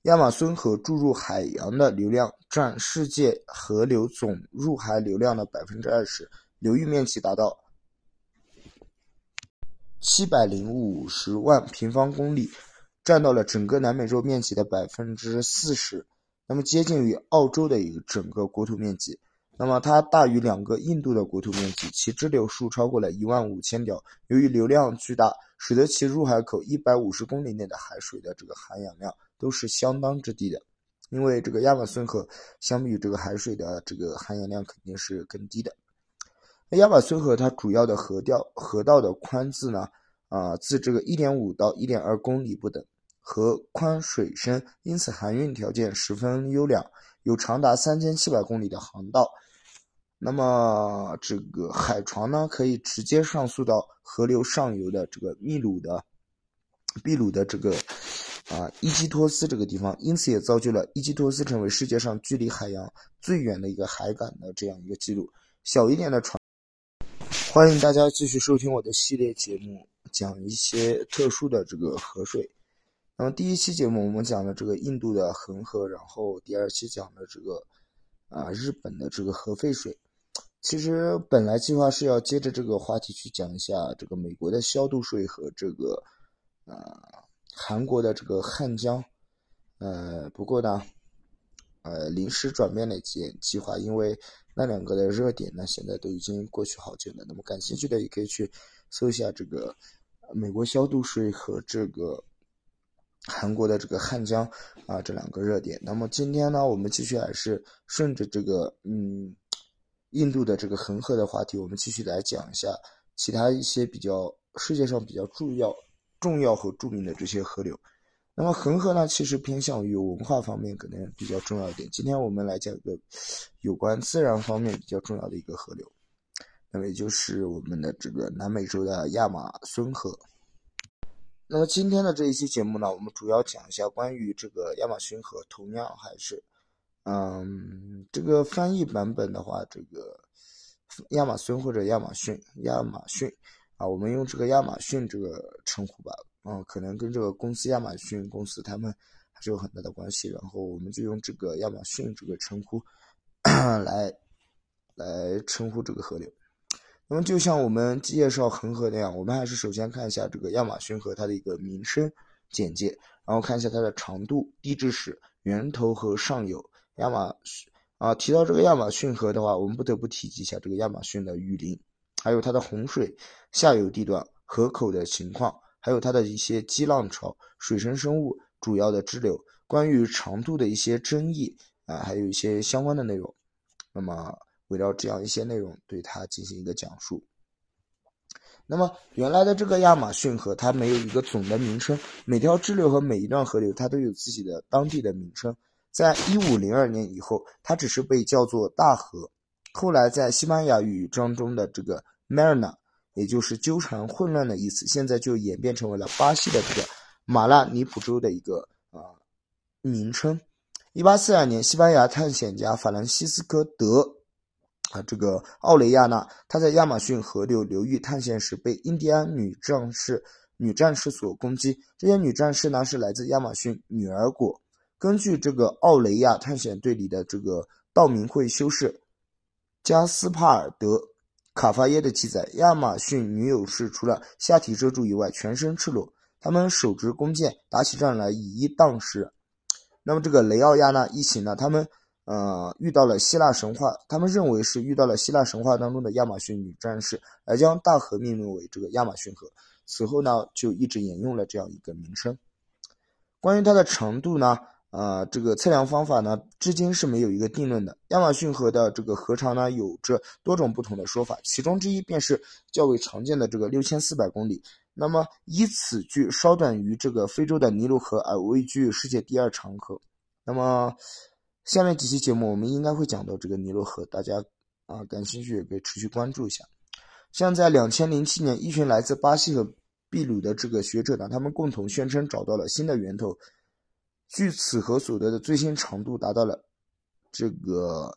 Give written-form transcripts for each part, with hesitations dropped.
亚马孙河注入海洋的流量占世界河流总入海流量的 20%， 流域面积达到750万平方公里，占到了整个南美洲面积的 40%， 那么接近于澳洲的一个整个国土面积。那么它大于2个印度的国土面积，其支流数超过了15000条。由于流量巨大，使得其入海口150公里内的海水的这个含氧量都是相当之低的。因为这个亚马孙河相比于这个海水的这个含氧量肯定是更低的。亚马孙河它主要的河道的宽自呢，自这个 1.5 到 1.2 公里不等，河宽水深，因此航运条件十分优良，有长达3700公里的航道。那么这个海床呢，可以直接上溯到河流上游的这个秘鲁的这个伊基托斯这个地方，因此也造就了伊基托斯成为世界上距离海洋最远的一个海港的这样一个记录。小一点的船，欢迎大家继续收听我的系列节目，讲一些特殊的这个河水。那么第一期节目我们讲了这个印度的恒河，然后第二期讲了这个日本的这个核废水。其实本来计划是要接着这个话题去讲一下这个美国的消毒水和这个韩国的这个汉江，不过呢临时转变了一件计划，因为那两个的热点呢现在都已经过去好久了。那么感兴趣的也可以去搜一下这个美国消毒水和这个韩国的这个汉江这两个热点。那么今天呢我们继续还是顺着这个印度的这个恒河的话题，我们继续来讲一下其他一些世界上比较重要和著名的这些河流。那么恒河呢，其实偏向于文化方面可能比较重要一点。今天我们来讲一个有关自然方面比较重要的一个河流，那么也就是我们的这个南美洲的亚马孙河。那么今天的这一期节目呢，我们主要讲一下关于这个亚马逊河，同样还是这个翻译版本的话，这个亚马孙或者亚马逊我们用这个亚马逊这个称呼吧，可能跟这个公司亚马逊公司他们还是有很大的关系，然后我们就用这个亚马逊这个称呼来称呼这个河流。那么就像我们介绍恒河那样，我们还是首先看一下这个亚马逊河它的一个名称简介，然后看一下它的长度、地质史、源头和上游。提到这个亚马逊河的话，我们不得不提及一下这个亚马逊的雨林，还有它的洪水、下游地段、河口的情况，还有它的一些激浪潮、水生生物、主要的支流，关于长度的一些争议还有一些相关的内容。那么围绕这样一些内容对它进行一个讲述。那么原来的这个亚马逊河它没有一个总的名称，每条支流和每一段河流它都有自己的当地的名称。在1502年以后，它只是被叫做大河。后来在西班牙语当中的这个 Marna， 也就是纠缠混乱的意思，现在就演变成为了巴西的这个马拉尼普州的一个名称。1842年，西班牙探险家法兰西斯科德这个奥雷亚纳，他在亚马逊河流域探险时被印第安女战士所攻击。这些女战士呢是来自亚马逊女儿国。根据这个奥雷亚探险队里的这个道明会修士加斯帕尔德卡法耶的记载，亚马逊女勇士除了下体遮住以外，全身赤裸，他们手执弓箭，打起仗来以一当十。那么这个雷奥亚纳一行呢，他们遇到了希腊神话，他们认为是遇到了希腊神话当中的亚马逊女战士，而将大河命名为这个亚马逊河。此后呢，就一直沿用了这样一个名称。关于它的长度呢，这个测量方法呢，至今是没有一个定论的。亚马逊河的这个河长呢，有着多种不同的说法，其中之一便是较为常见的这个6400公里。那么以此距稍短于这个非洲的尼罗河，而位居世界第2长河。那么下面几期节目我们应该会讲到这个尼罗河，大家感兴趣也可以持续关注一下。像在2007年，一群来自巴西和秘鲁的这个学者呢，他们共同宣称找到了新的源头。据此河所得的最新长度达到了这个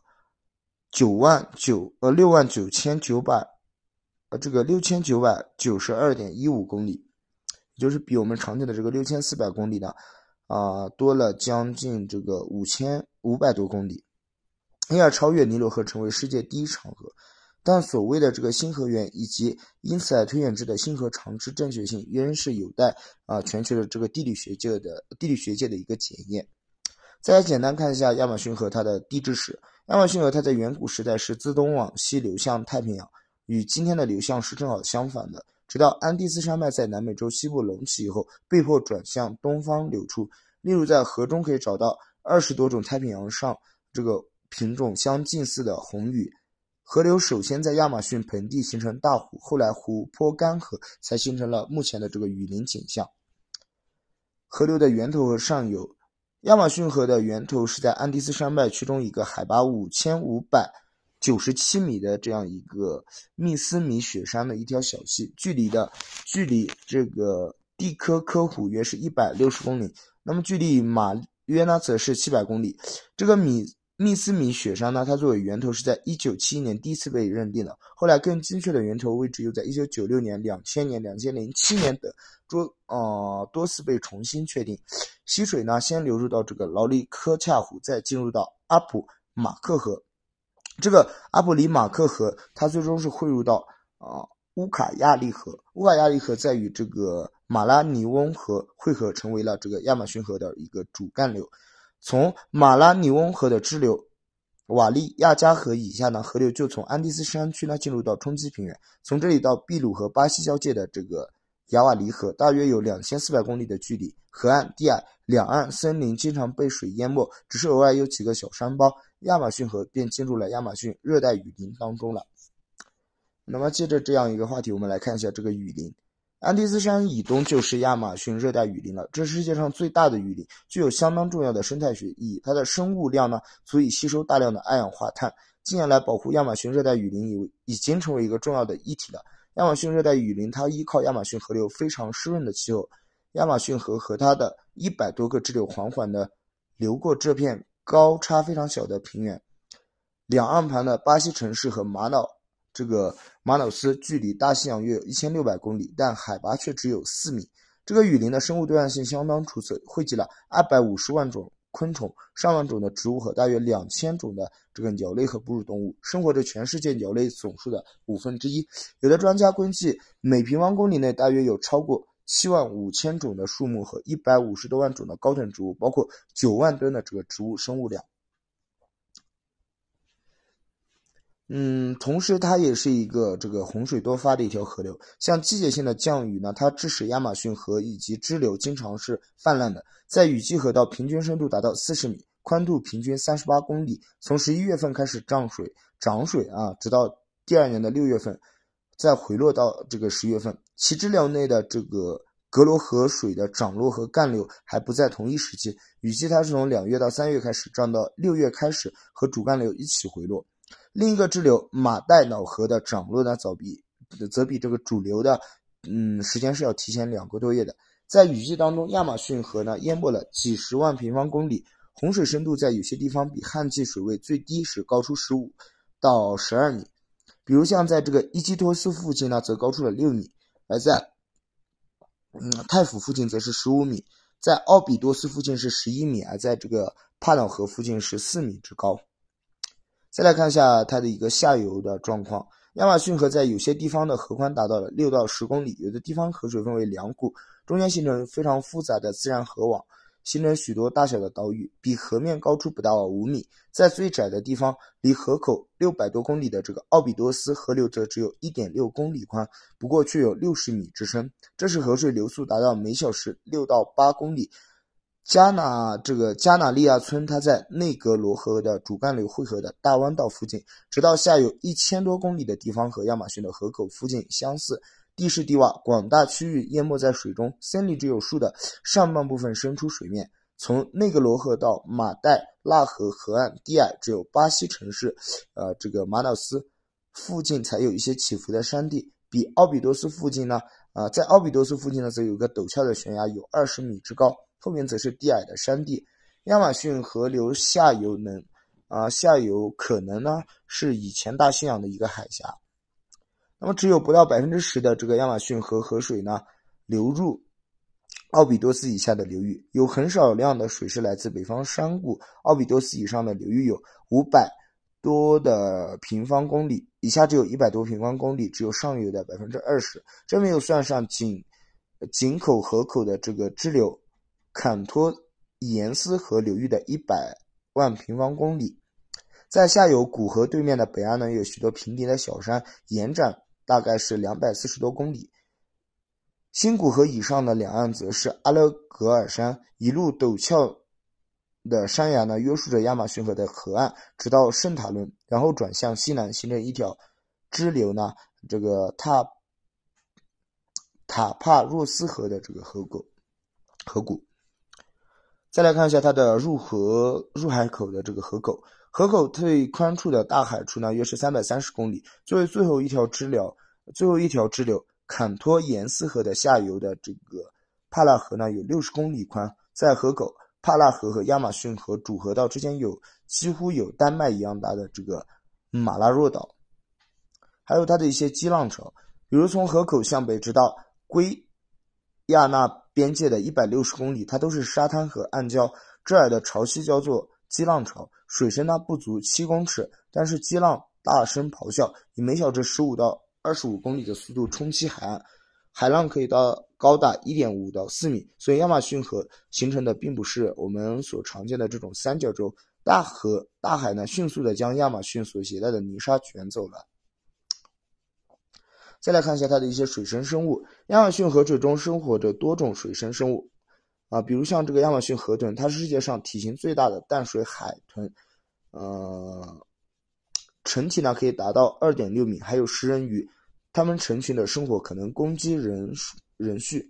6992.15公里，也就是比我们常见的这个6400公里呢多了将近这个5500多公里，因而超越尼罗河成为世界第一长河。但所谓的这个新河源以及因此而推演之的新河长之正确性，仍是有待全球的这个地理学界的一个检验。再来简单看一下亚马逊河它的地质史。亚马逊河它在远古时代是自东往西流向太平洋，与今天的流向是正好相反的。直到安第斯山脉在南美洲西部隆起以后，被迫转向东方流出。例如在河中可以找到20多种太平洋上这个品种相近似的红鱼。河流首先在亚马逊盆地形成大湖，后来湖泊干涸，才形成了目前的这个雨林景象。河流的源头和上游，亚马逊河的源头是在安第斯山脉区中一个海拔5597米的这样一个密斯米雪山的一条小溪，距离这个蒂科湖约是160公里，那么距离马约呢则是700公里。这个密斯米雪山呢，它作为源头是在1971年第一次被认定的，后来更精确的源头位置又在1996年、2000年、2007年等多次被重新确定。溪水呢，先流入到这个劳里科恰湖，再进入到阿普马克河。这个阿普里马克河，它最终是汇入到乌卡亚利河。乌卡亚利河再与这个马拉尼翁河汇合，成为了这个亚马逊河的一个主干流。从马拉尼翁河的支流瓦利亚加河以下呢，河流就从安第斯山区呢进入到冲积平原，从这里到秘鲁和巴西交界的这个亚瓦黎河，大约有2400公里的距离。河岸、地岸两岸森林经常被水淹没，只是偶尔有几个小山包，亚马逊河便进入了亚马逊热带雨林当中了。那么借着这样一个话题，我们来看一下这个雨林。安第斯山以东就是亚马逊热带雨林了，这是世界上最大的雨林，具有相当重要的生态学意义。它的生物量呢，足以吸收大量的二氧化碳。近年来，保护亚马逊热带雨林已经成为一个重要的议题了。亚马逊热带雨林它依靠亚马逊河流非常湿润的气候，亚马逊河和它的100多个支流缓缓地流过这片高差非常小的平原。两岸旁的巴西城市和马瑙斯距离大西洋约有1600公里，但海拔却只有4米。这个雨林的生物多样性相当出色，汇集了250万种昆虫、上万种的植物和大约2000种的这个鸟类和哺乳动物，生活着全世界鸟类总数的1/5。有的专家估计，每平方公里内大约有超过75000种的树木和150多万种的高等植物，包括9万吨的这个植物生物量。同时它也是一个这个洪水多发的一条河流。像季节性的降雨呢，它致使亚马逊河以及支流经常是泛滥的。在雨季河道平均深度达到40米，宽度平均38公里，从11月份开始涨水直到第二年的6月份，再回落到这个10月份。其支流内的这个格罗河水的涨落和干流还不在同一时期，雨季它是从2月到3月开始涨，到6月开始和主干流一起回落。另一个支流马代瑙河的涨落呢，则比这个主流的时间是要提前2个多月的。在雨季当中，亚马逊河呢淹没了几十万平方公里，洪水深度在有些地方比旱季水位最低时高出15到12米，比如像在这个伊基托斯附近呢，则高出了6米，而在泰府附近则是15米，在奥比多斯附近是11米，而在这个帕瑙河附近是4米之高。再来看一下它的一个下游的状况。亚马逊河在有些地方的河宽达到了6到10公里，有的地方河水分为2股，中间形成非常复杂的自然河网，形成许多大小的岛屿，比河面高出不到5米。在最窄的地方，离河口600多公里的这个奥比多斯河流则只有 1.6 公里宽，不过却有60米之深，这时河水流速达到每小时6到8公里。加纳利亚村，它在内格罗河的主干流汇合的大弯道附近，直到下游1000多公里的地方和亚马逊的河口附近相似，地势低洼，广大区域淹没在水中，森林只有树的上半部分伸出水面。从内格罗河到马代拉河河岸低矮，只有巴西城市这个马瑙斯附近才有一些起伏的山地，比奥比多斯附近呢在奥比多斯附近呢则有个陡峭的悬崖，有20米之高，后面则是低矮的山地。亚马逊河流下游可能呢是以前大西洋的一个海峡。那么只有不到10%的这个亚马逊河河水呢流入奥比多斯以下的流域，有很少量的水是来自北方山谷。奥比多斯以上的流域有500多的平方公里，以下只有100多平方公里，只有上游的20%。这没有算上井口河口的这个支流坎托延斯河流域的100万平方公里。在下游古河对面的北岸呢，有许多平地的小山，延展大概是240多公里。新古河以上的两岸则是阿勒格尔山，一路陡峭的山崖呢，约束着亚马逊河的河岸，直到圣塔伦，然后转向西南，形成一条支流呢，这个塔帕若斯河的这个河谷。再来看一下它的入海口的这个河口，河口最宽处的大海处呢，约是330公里。作为最后一条支流，坎托延斯河的下游的这个帕拉河呢，有60公里宽。在河口，帕拉河和亚马逊河主河道之间几乎有丹麦一样大的这个马拉若岛，还有它的一些激浪潮，比如从河口向北直到圭亚那边界的160公里，它都是沙滩和暗礁，这儿的潮汐叫做激浪潮，水深呢不足7公尺，但是激浪大声咆哮，以每小时15到25公里的速度冲击海岸，海浪可以高达 1.5 到4米，所以亚马逊河形成的并不是我们所常见的这种三角洲，大海呢迅速的将亚马逊所携带的泥沙卷走了。再来看一下它的一些水生生物，亚马逊河水中生活着多种水生生物比如像这个亚马逊河豚，它是世界上体型最大的淡水海豚，成体呢可以达到 2.6 米，还有食人鱼，它们成群的生活可能攻击人畜。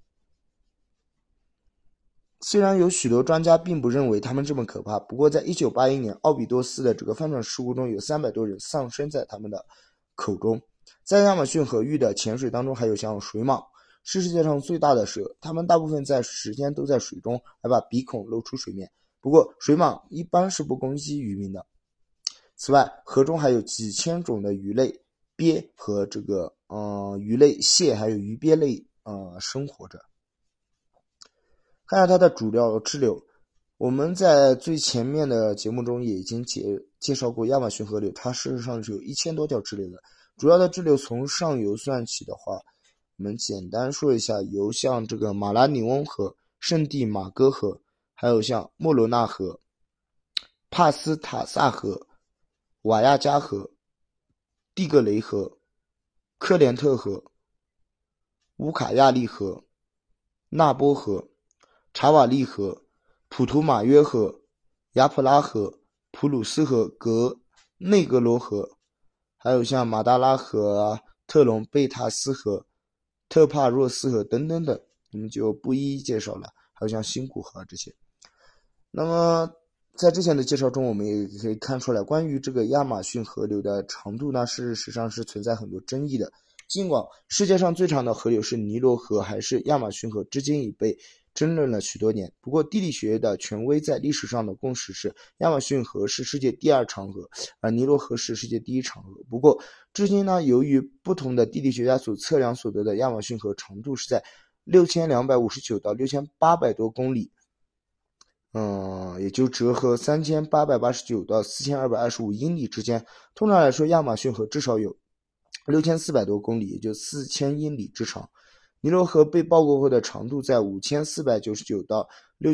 虽然有许多专家并不认为它们这么可怕，不过在1981年奥比多斯的这个帆船事故中，有300多人丧生在他们的口中。在亚马逊河域的潜水当中，还有像水蟒，是世界上最大的蛇，它们大部分时间都在水中，还把鼻孔露出水面。不过水蟒一般是不攻击渔民的。此外，河中还有几千种的鱼类鳖和这个鱼类蟹还有鱼鳖类生活着。看下它的主要支流，我们在最前面的节目中也已经介绍过亚马逊河流，它事实上是有1000多条支流的。主要的支流从上游算起的话，我们简单说一下，由像这个马拉尼翁河、圣地马哥河，还有像莫罗纳河、帕斯塔萨河、瓦亚加河、蒂格雷河、科连特河、乌卡亚利河、纳波河、查瓦利河、普图马约河、亚普拉河、普鲁斯河、内格罗河，还有像马达拉河特隆贝塔斯河、特帕若斯河等等等，我们就不一一介绍了，还有像新古河这些。那么在之前的介绍中，我们也可以看出来，关于这个亚马逊河流的长度呢，事实上是存在很多争议的。尽管世界上最长的河流是尼罗河还是亚马逊河，至今已被争论了许多年。不过地理学的权威在历史上的共识是，亚马逊河是世界第2长河，而尼罗河是世界第1长河。不过至今呢，由于不同的地理学家所测量所得的亚马逊河长度是在6259到6800多公里，也就折合3889到4225英里之间。通常来说，亚马逊河至少有6400多公里，也就4000英里之长。尼罗河被曝光后的长度在5499到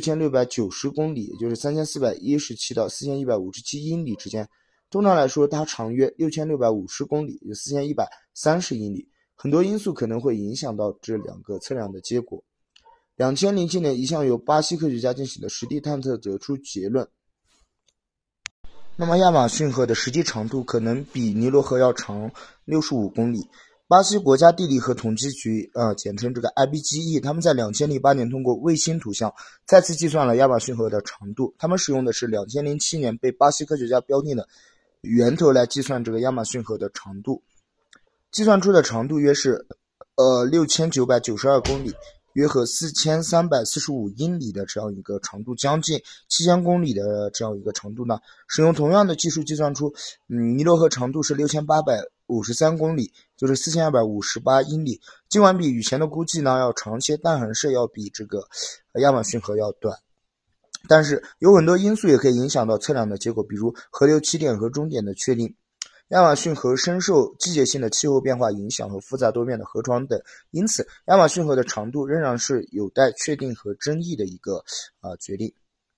6690公里，也就是3417到4157英里之间。通常来说，它长约6650公里，也就4130英里。很多因素可能会影响到这2个测量的结果。2007年，一项由巴西科学家进行的实地探测得出结论，那么亚马逊河的实际长度可能比尼罗河要长65公里。巴西国家地理和统计局简称这个 IBGE， 他们在2008年通过卫星图像再次计算了亚马逊河的长度。他们使用的是2007年被巴西科学家标定的源头来计算这个亚马逊河的长度，计算出的长度约是6992公里， 约合4345英里的这样一个长度，将近7000公里的这样一个长度呢，使用同样的技术计算出，尼罗河长度是6853公里，就是4258英里。尽管比以前的估计呢要长些，但还是要比这个亚马逊河要短。但是有很多因素也可以影响到测量的结果，比如河流起点和终点的确定。亚马逊河深受季节性的气候变化影响和复杂多面的河床等，因此亚马逊河的长度仍然是有待确定和争议的一个决定。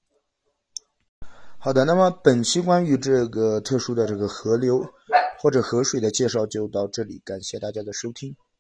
好的，那么本期关于这个特殊的这个河流或者河水的介绍就到这里，感谢大家的收听。